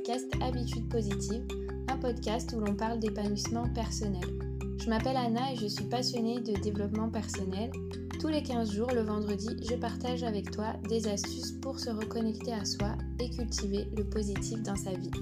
podcast Habitudes positives, un podcast où l'on parle d'épanouissement personnel. Je m'appelle Anna et je suis passionnée de développement personnel. Tous les 15 jours, le vendredi, je partage avec toi des astuces pour se reconnecter à soi et cultiver le positif dans sa vie.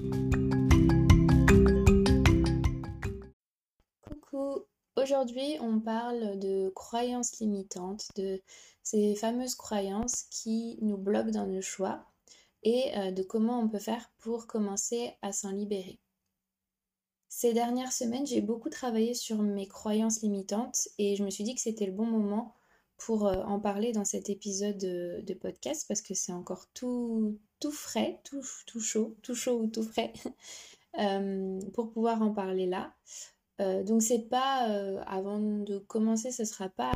Coucou! Aujourd'hui, on parle de croyances limitantes, de ces fameuses croyances qui nous bloquent dans nos choix et de comment on peut faire pour commencer à s'en libérer. Ces dernières semaines, j'ai beaucoup travaillé sur mes croyances limitantes et je me suis dit que c'était le bon moment pour en parler dans cet épisode de podcast parce que c'est encore tout frais, tout chaud ou tout frais pour pouvoir en parler là. Donc c'est pas, avant de commencer, ce sera pas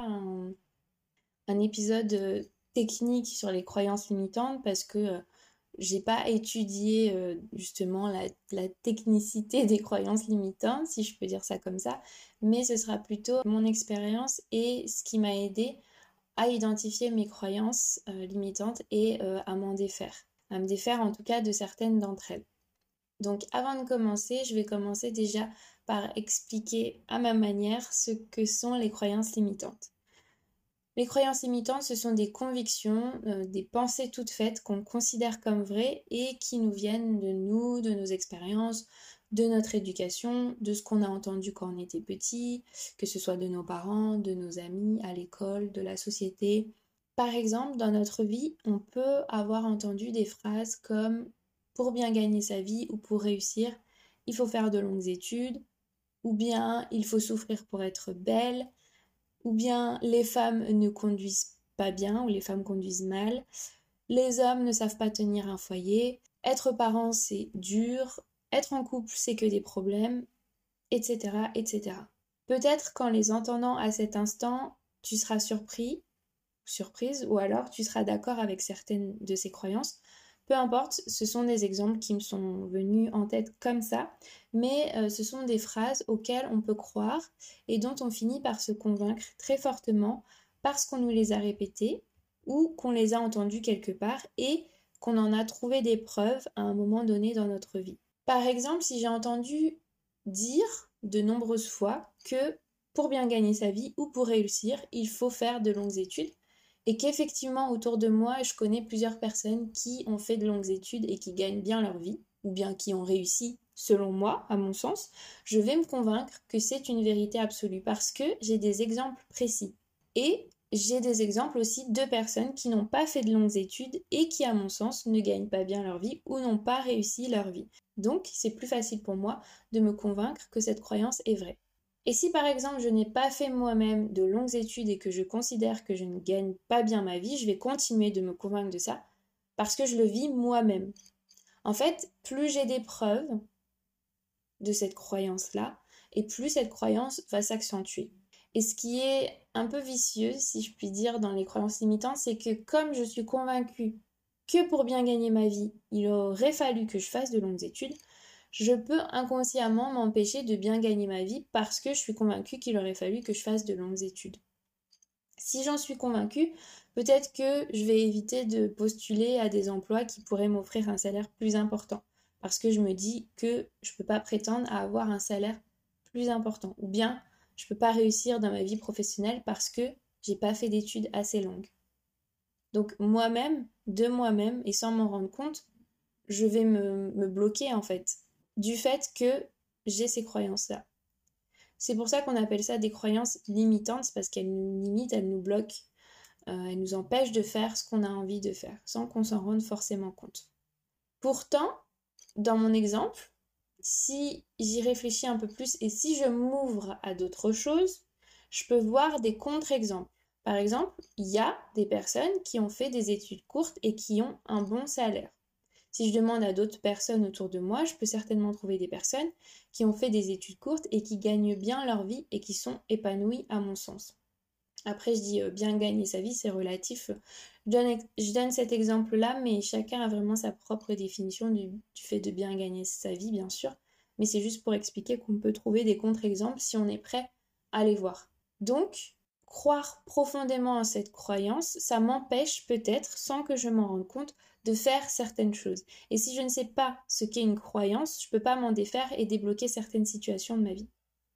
un épisode technique sur les croyances limitantes parce que j'ai pas étudié justement la technicité des croyances limitantes, si je peux dire ça comme ça, mais ce sera plutôt mon expérience et ce qui m'a aidé à identifier mes croyances limitantes et à me défaire en tout cas de certaines d'entre elles. Donc avant de commencer, je vais commencer déjà par expliquer à ma manière ce que sont les croyances limitantes. Les croyances limitantes, ce sont des convictions, des pensées toutes faites qu'on considère comme vraies et qui nous viennent de nous, de nos expériences, de notre éducation, de ce qu'on a entendu quand on était petit, que ce soit de nos parents, de nos amis, à l'école, de la société. Par exemple, dans notre vie, on peut avoir entendu des phrases comme « pour bien gagner sa vie ou pour réussir, il faut faire de longues études » ou bien « il faut souffrir pour être belle » ou bien les femmes ne conduisent pas bien ou les femmes conduisent mal, les hommes ne savent pas tenir un foyer, être parent c'est dur, être en couple c'est que des problèmes, etc., etc. Peut-être qu'en les entendant à cet instant, tu seras surprise, ou alors tu seras d'accord avec certaines de ces croyances. Peu importe, ce sont des exemples qui me sont venus en tête comme ça, mais ce sont des phrases auxquelles on peut croire et dont on finit par se convaincre très fortement parce qu'on nous les a répétées ou qu'on les a entendues quelque part et qu'on en a trouvé des preuves à un moment donné dans notre vie. Par exemple, si j'ai entendu dire de nombreuses fois que pour bien gagner sa vie ou pour réussir, il faut faire de longues études, et qu'effectivement autour de moi je connais plusieurs personnes qui ont fait de longues études et qui gagnent bien leur vie, ou bien qui ont réussi selon moi, à mon sens, je vais me convaincre que c'est une vérité absolue parce que j'ai des exemples précis. Et j'ai des exemples aussi de personnes qui n'ont pas fait de longues études et qui, à mon sens, ne gagnent pas bien leur vie ou n'ont pas réussi leur vie. Donc c'est plus facile pour moi de me convaincre que cette croyance est vraie. Et si par exemple je n'ai pas fait moi-même de longues études et que je considère que je ne gagne pas bien ma vie, je vais continuer de me convaincre de ça parce que je le vis moi-même. En fait, plus j'ai des preuves de cette croyance-là, et plus cette croyance va s'accentuer. Et ce qui est un peu vicieux, si je puis dire, dans les croyances limitantes, c'est que comme je suis convaincue que pour bien gagner ma vie, il aurait fallu que je fasse de longues études, je peux inconsciemment m'empêcher de bien gagner ma vie parce que je suis convaincue qu'il aurait fallu que je fasse de longues études. Si j'en suis convaincue, peut-être que je vais éviter de postuler à des emplois qui pourraient m'offrir un salaire plus important parce que je me dis que je ne peux pas prétendre à avoir un salaire plus important ou bien je ne peux pas réussir dans ma vie professionnelle parce que je n'ai pas fait d'études assez longues. Donc moi-même, et sans m'en rendre compte, je vais me bloquer en fait, du fait que j'ai ces croyances-là. C'est pour ça qu'on appelle ça des croyances limitantes, parce qu'elles nous limitent, elles nous bloquent, elles nous empêchent de faire ce qu'on a envie de faire, sans qu'on s'en rende forcément compte. Pourtant, dans mon exemple, si j'y réfléchis un peu plus et si je m'ouvre à d'autres choses, je peux voir des contre-exemples. Par exemple, il y a des personnes qui ont fait des études courtes et qui ont un bon salaire. Si je demande à d'autres personnes autour de moi, je peux certainement trouver des personnes qui ont fait des études courtes et qui gagnent bien leur vie et qui sont épanouies à mon sens. Après, je dis bien gagner sa vie, c'est relatif. Je donne cet exemple-là, mais chacun a vraiment sa propre définition du fait de bien gagner sa vie, bien sûr. Mais c'est juste pour expliquer qu'on peut trouver des contre-exemples si on est prêt à les voir. Donc, croire profondément en cette croyance, ça m'empêche peut-être, sans que je m'en rende compte, de faire certaines choses. Et si je ne sais pas ce qu'est une croyance, je ne peux pas m'en défaire et débloquer certaines situations de ma vie.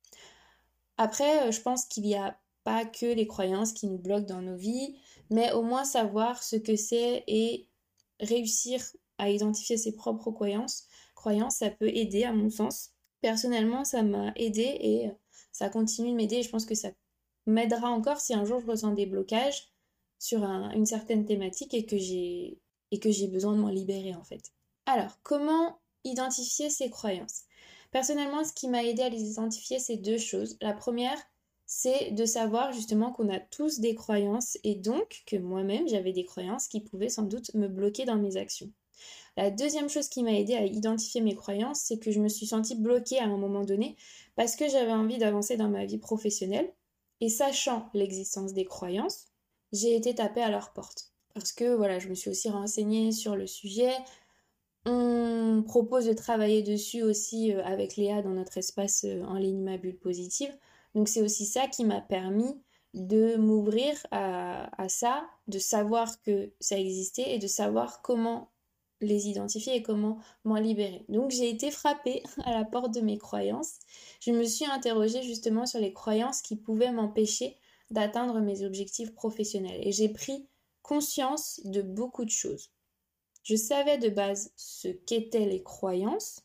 Après, je pense qu'il n'y a pas que les croyances qui nous bloquent dans nos vies, mais au moins savoir ce que c'est et réussir à identifier ses propres croyances, ça peut aider à mon sens. Personnellement, ça m'a aidé et ça continue de m'aider et je pense que ça m'aidera encore si un jour je ressens des blocages sur une certaine thématique et que j'ai besoin de m'en libérer en fait. Alors, comment identifier ces croyances? Personnellement, ce qui m'a aidé à les identifier, c'est deux choses. La première, c'est de savoir justement qu'on a tous des croyances et donc que moi-même, j'avais des croyances qui pouvaient sans doute me bloquer dans mes actions. La deuxième chose qui m'a aidé à identifier mes croyances, c'est que je me suis sentie bloquée à un moment donné parce que j'avais envie d'avancer dans ma vie professionnelle et sachant l'existence des croyances, j'ai été tapée à leur porte. Parce que voilà, je me suis aussi renseignée sur le sujet. On propose de travailler dessus aussi avec Léa dans notre espace en ligne Ma Bulle Positive. Donc c'est aussi ça qui m'a permis de m'ouvrir à ça, de savoir que ça existait et de savoir comment les identifier et comment m'en libérer. Donc j'ai été frappée à la porte de mes croyances. Je me suis interrogée justement sur les croyances qui pouvaient m'empêcher d'atteindre mes objectifs professionnels. Et j'ai pris conscience de beaucoup de choses. Je savais de base ce qu'étaient les croyances,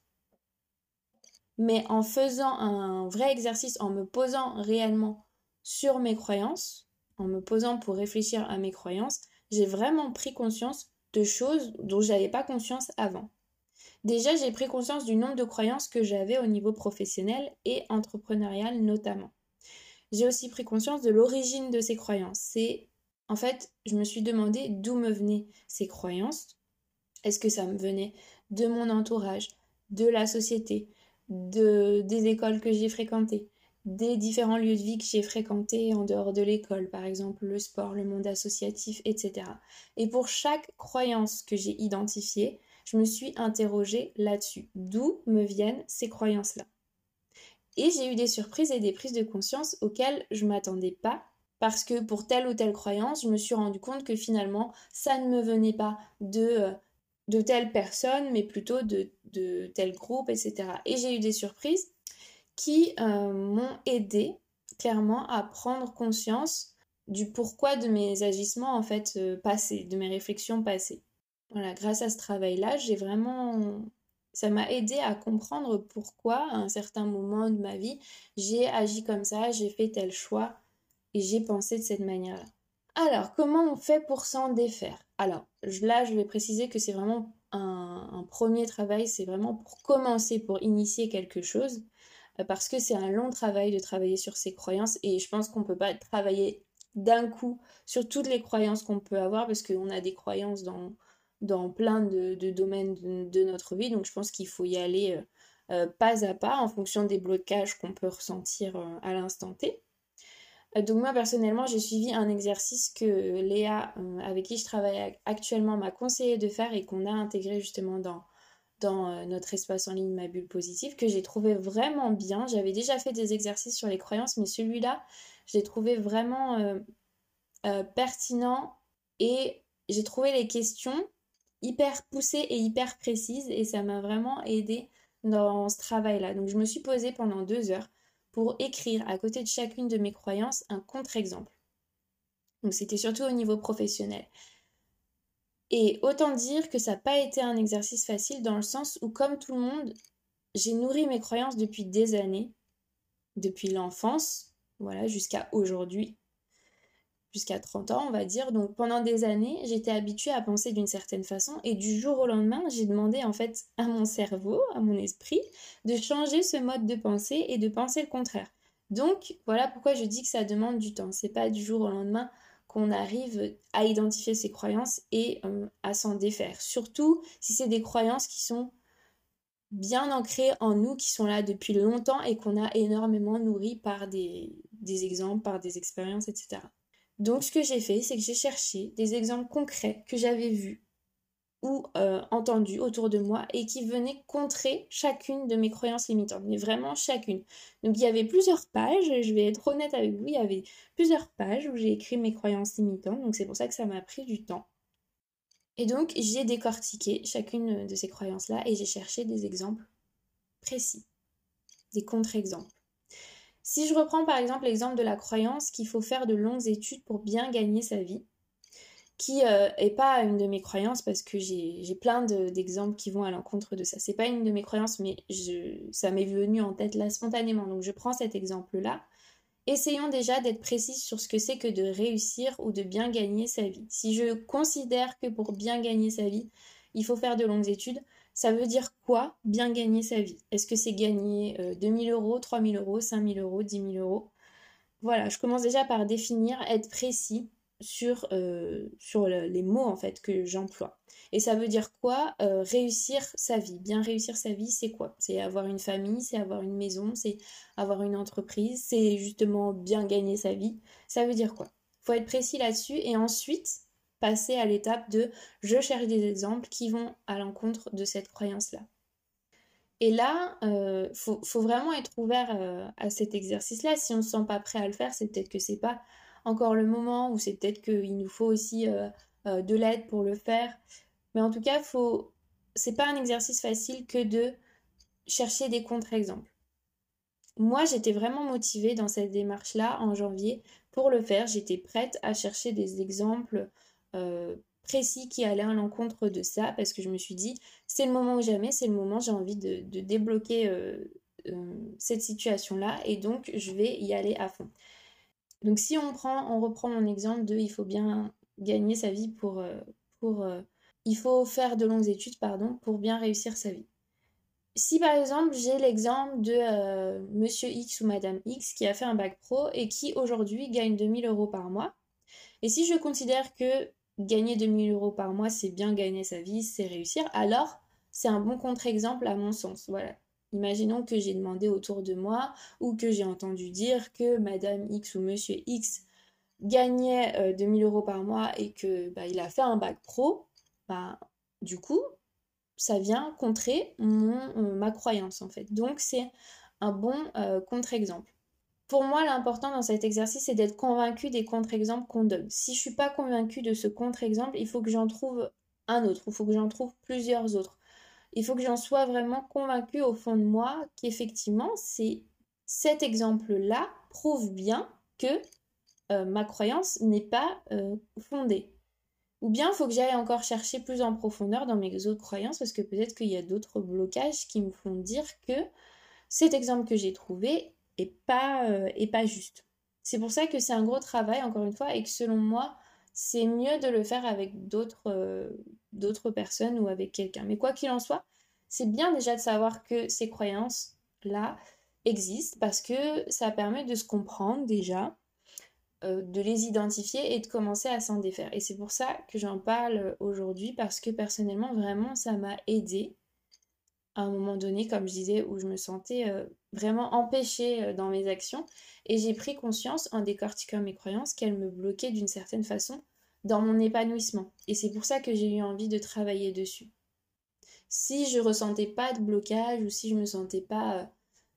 mais en faisant un vrai exercice, en me posant réellement sur mes croyances, en me posant pour réfléchir à mes croyances, j'ai vraiment pris conscience de choses dont je n'avais pas conscience avant. Déjà, j'ai pris conscience du nombre de croyances que j'avais au niveau professionnel et entrepreneurial notamment. J'ai aussi pris conscience de l'origine de ces croyances. En fait, je me suis demandé d'où me venaient ces croyances. Est-ce que ça me venait de mon entourage, de la société, des écoles que j'ai fréquentées, des différents lieux de vie que j'ai fréquentés en dehors de l'école, par exemple le sport, le monde associatif, etc. Et pour chaque croyance que j'ai identifiée, je me suis interrogée là-dessus. D'où me viennent ces croyances-là? Et j'ai eu des surprises et des prises de conscience auxquelles je ne m'attendais pas. Parce que pour telle ou telle croyance, je me suis rendu compte que finalement, ça ne me venait pas de telle personne, mais plutôt de tel groupe, etc. Et j'ai eu des surprises qui m'ont aidé clairement à prendre conscience du pourquoi de mes agissements en fait passés, de mes réflexions passées. Voilà, grâce à ce travail-là, ça m'a aidé à comprendre pourquoi à un certain moment de ma vie, j'ai agi comme ça, j'ai fait tel choix et j'ai pensé de cette manière-là. Alors, comment on fait pour s'en défaire? Alors, là, je vais préciser que c'est vraiment un premier travail, c'est vraiment pour commencer, pour initier quelque chose, parce que c'est un long travail de travailler sur ses croyances, et je pense qu'on ne peut pas travailler d'un coup sur toutes les croyances qu'on peut avoir, parce qu'on a des croyances dans plein de domaines de notre vie, donc je pense qu'il faut y aller pas à pas, en fonction des blocages qu'on peut ressentir à l'instant T. Donc moi personnellement j'ai suivi un exercice que Léa avec qui je travaille actuellement m'a conseillé de faire et qu'on a intégré justement dans notre espace en ligne Ma Bulle Positive, que j'ai trouvé vraiment bien. J'avais déjà fait des exercices sur les croyances, mais celui-là je l'ai trouvé vraiment pertinent et j'ai trouvé les questions hyper poussées et hyper précises et ça m'a vraiment aidée dans ce travail-là. Donc je me suis posée pendant 2 heures pour écrire à côté de chacune de mes croyances un contre-exemple. Donc c'était surtout au niveau professionnel. Et autant dire que ça n'a pas été un exercice facile dans le sens où, comme tout le monde, j'ai nourri mes croyances depuis des années, depuis l'enfance, voilà, jusqu'à aujourd'hui, jusqu'à 30 ans, on va dire. Donc pendant des années, j'étais habituée à penser d'une certaine façon et du jour au lendemain, j'ai demandé en fait à mon cerveau, à mon esprit, de changer ce mode de pensée et de penser le contraire. Donc voilà pourquoi je dis que ça demande du temps. C'est pas du jour au lendemain qu'on arrive à identifier ses croyances et à s'en défaire. Surtout si c'est des croyances qui sont bien ancrées en nous, qui sont là depuis longtemps et qu'on a énormément nourries par des exemples, par des expériences, etc. Donc ce que j'ai fait, c'est que j'ai cherché des exemples concrets que j'avais vus ou entendus autour de moi et qui venaient contrer chacune de mes croyances limitantes, mais vraiment chacune. Donc il y avait plusieurs pages, je vais être honnête avec vous, il y avait plusieurs pages où j'ai écrit mes croyances limitantes, donc c'est pour ça que ça m'a pris du temps. Et donc, j'ai décortiqué chacune de ces croyances-là et j'ai cherché des exemples précis, des contre-exemples. Si je reprends par exemple l'exemple de la croyance qu'il faut faire de longues études pour bien gagner sa vie, qui est pas une de mes croyances parce que j'ai plein d'exemples qui vont à l'encontre de ça. C'est pas une de mes croyances, mais ça m'est venu en tête là spontanément. Donc je prends cet exemple-là. Essayons déjà d'être précis sur ce que c'est que de réussir ou de bien gagner sa vie. Si je considère que pour bien gagner sa vie, il faut faire de longues études, ça veut dire quoi bien gagner sa vie? Est-ce que c'est gagner 2000 euros, 3000 euros, 5000 euros, 10 000 euros? Voilà, je commence déjà par définir, être précis sur les mots en fait que j'emploie. Et ça veut dire quoi réussir sa vie. Bien réussir sa vie, c'est quoi? C'est avoir une famille, c'est avoir une maison, c'est avoir une entreprise, c'est justement bien gagner sa vie. Ça veut dire quoi? Faut être précis là-dessus et ensuite passer à l'étape de je cherche des exemples qui vont à l'encontre de cette croyance-là. Et là, faut vraiment être ouvert à cet exercice-là. Si on ne se sent pas prêt à le faire, c'est peut-être que c'est pas encore le moment, ou c'est peut-être qu'il nous faut aussi de l'aide pour le faire. Mais en tout cas, c'est pas un exercice facile que de chercher des contre-exemples. Moi, j'étais vraiment motivée dans cette démarche-là en janvier pour le faire. J'étais prête à chercher des exemples euh, précis qui allaient à l'encontre de ça parce que je me suis dit, c'est le moment ou jamais, c'est le moment, j'ai envie de débloquer cette situation-là et donc je vais y aller à fond. Donc si on reprend mon exemple de il faut bien gagner sa vie il faut faire de longues études, pardon, pour bien réussir sa vie. Si par exemple j'ai l'exemple de Monsieur X ou Madame X qui a fait un bac pro et qui aujourd'hui gagne 2000 euros par mois, et si je considère que gagner 2000 euros par mois c'est bien gagner sa vie, c'est réussir, alors c'est un bon contre-exemple à mon sens. Voilà. Imaginons que j'ai demandé autour de moi ou que j'ai entendu dire que Madame X ou Monsieur X gagnait 2000 euros par mois et que il a fait un bac pro, du coup, ça vient contrer ma croyance en fait. Donc c'est un bon contre-exemple. Pour moi, l'important dans cet exercice, c'est d'être convaincu des contre-exemples qu'on donne. Si je suis pas convaincue de ce contre-exemple, il faut que j'en trouve un autre, il faut que j'en trouve plusieurs autres. Il faut que j'en sois vraiment convaincue au fond de moi qu'effectivement, cet exemple-là prouve bien que ma croyance n'est pas fondée. Ou bien, il faut que j'aille encore chercher plus en profondeur dans mes autres croyances parce que peut-être qu'il y a d'autres blocages qui me font dire que cet exemple que j'ai trouvé est pas juste. C'est pour ça que c'est un gros travail, encore une fois, et que selon moi, c'est mieux de le faire avec d'autres personnes ou avec quelqu'un. Mais quoi qu'il en soit, c'est bien déjà de savoir que ces croyances-là existent parce que ça permet de se comprendre déjà de les identifier et de commencer à s'en défaire. Et c'est pour ça que j'en parle aujourd'hui, parce que personnellement, vraiment, ça m'a aidée à un moment donné, comme je disais, où je me sentais vraiment empêchée dans mes actions. Et j'ai pris conscience, en décortiquant mes croyances, qu'elles me bloquaient d'une certaine façon dans mon épanouissement. Et c'est pour ça que j'ai eu envie de travailler dessus. Si je ressentais pas de blocage ou si je me sentais pas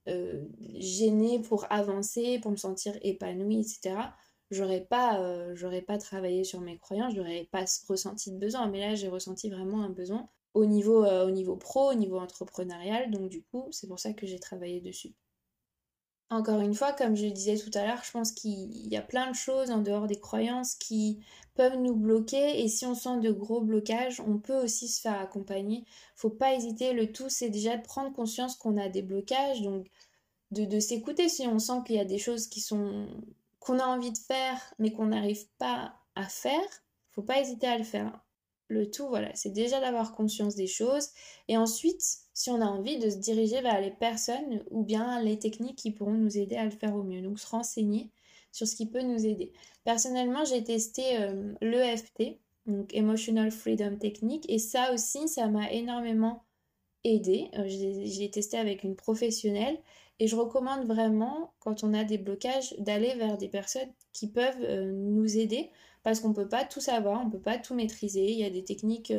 gênée pour avancer, pour me sentir épanouie, etc., j'aurais pas travaillé sur mes croyances, j'aurais pas ressenti de besoin. Mais là, j'ai ressenti vraiment un besoin au niveau pro, au niveau entrepreneurial. Donc du coup, c'est pour ça que j'ai travaillé dessus. Encore une fois, comme je le disais tout à l'heure, je pense qu'il y a plein de choses en dehors des croyances qui peuvent nous bloquer et si on sent de gros blocages, on peut aussi se faire accompagner. Faut pas hésiter, le tout c'est déjà de prendre conscience qu'on a des blocages, donc de s'écouter si on sent qu'il y a des choses qu'on a envie de faire mais qu'on n'arrive pas à faire, faut pas hésiter à le faire. Le tout, voilà, c'est déjà d'avoir conscience des choses et ensuite, si on a envie de se diriger vers les personnes ou bien les techniques qui pourront nous aider à le faire au mieux. Donc se renseigner sur ce qui peut nous aider. Personnellement, j'ai testé l'EFT, donc Emotional Freedom Technique, et ça aussi, ça m'a énormément aidé. J'ai testé avec une professionnelle et je recommande vraiment, quand on a des blocages, d'aller vers des personnes qui peuvent nous aider parce qu'on ne peut pas tout savoir, on ne peut pas tout maîtriser. Il y a des techniques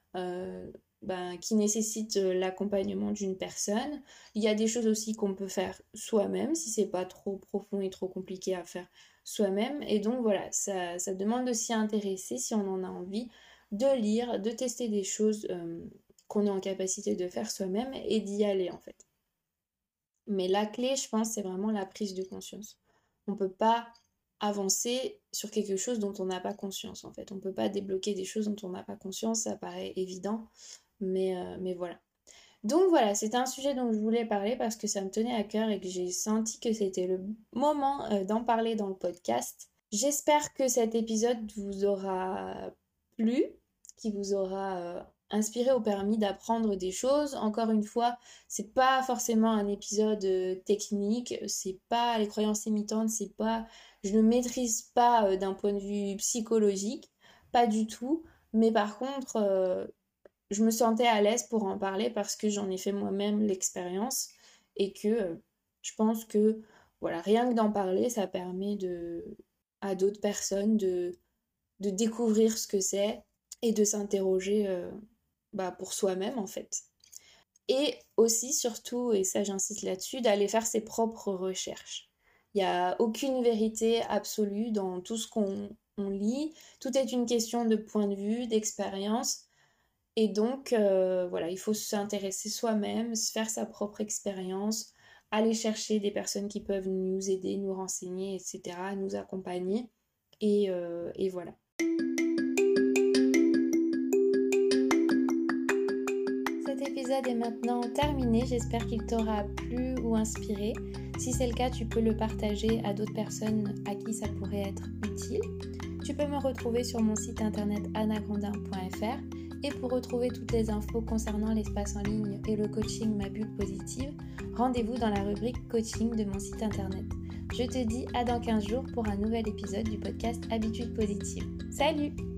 qui nécessitent l'accompagnement d'une personne. Il y a des choses aussi qu'on peut faire soi-même si c'est pas trop profond et trop compliqué à faire soi-même. Et donc voilà, ça demande de s'y intéresser si on en a envie, de lire, de tester des choses qu'on est en capacité de faire soi-même et d'y aller en fait. Mais la clé, je pense, c'est vraiment la prise de conscience. On ne peut pas avancer sur quelque chose dont on n'a pas conscience, en fait. On ne peut pas débloquer des choses dont on n'a pas conscience, ça paraît évident, mais voilà. Donc voilà, c'était un sujet dont je voulais parler parce que ça me tenait à cœur et que j'ai senti que c'était le moment d'en parler dans le podcast. J'espère que cet épisode vous aura plu, qui vous aura inspiré ou permis d'apprendre des choses. Encore une fois, c'est pas forcément un épisode technique, c'est pas les croyances limitantes, c'est pas, je ne maîtrise pas d'un point de vue psychologique, pas du tout. Mais par contre, je me sentais à l'aise pour en parler parce que j'en ai fait moi-même l'expérience et que je pense que voilà, rien que d'en parler, ça permet à d'autres personnes de découvrir ce que c'est et de s'interroger pour soi-même en fait. Et aussi, surtout, et ça j'insiste là-dessus, d'aller faire ses propres recherches. Il n'y a aucune vérité absolue dans tout ce qu'on lit. Tout est une question de point de vue, d'expérience. Et donc, voilà, il faut s'intéresser soi-même, se faire sa propre expérience, aller chercher des personnes qui peuvent nous aider, nous renseigner, etc., nous accompagner. Et voilà. Cet épisode est maintenant terminé, j'espère qu'il t'aura plu ou inspiré. Si c'est le cas, tu peux le partager à d'autres personnes à qui ça pourrait être utile. Tu peux me retrouver sur mon site internet anagrandin.fr et pour retrouver toutes les infos concernant l'espace en ligne et le coaching Ma Bulle Positive, rendez-vous dans la rubrique coaching de mon site internet. Je te dis à dans 15 jours pour un nouvel épisode du podcast Habitudes Positives. Salut!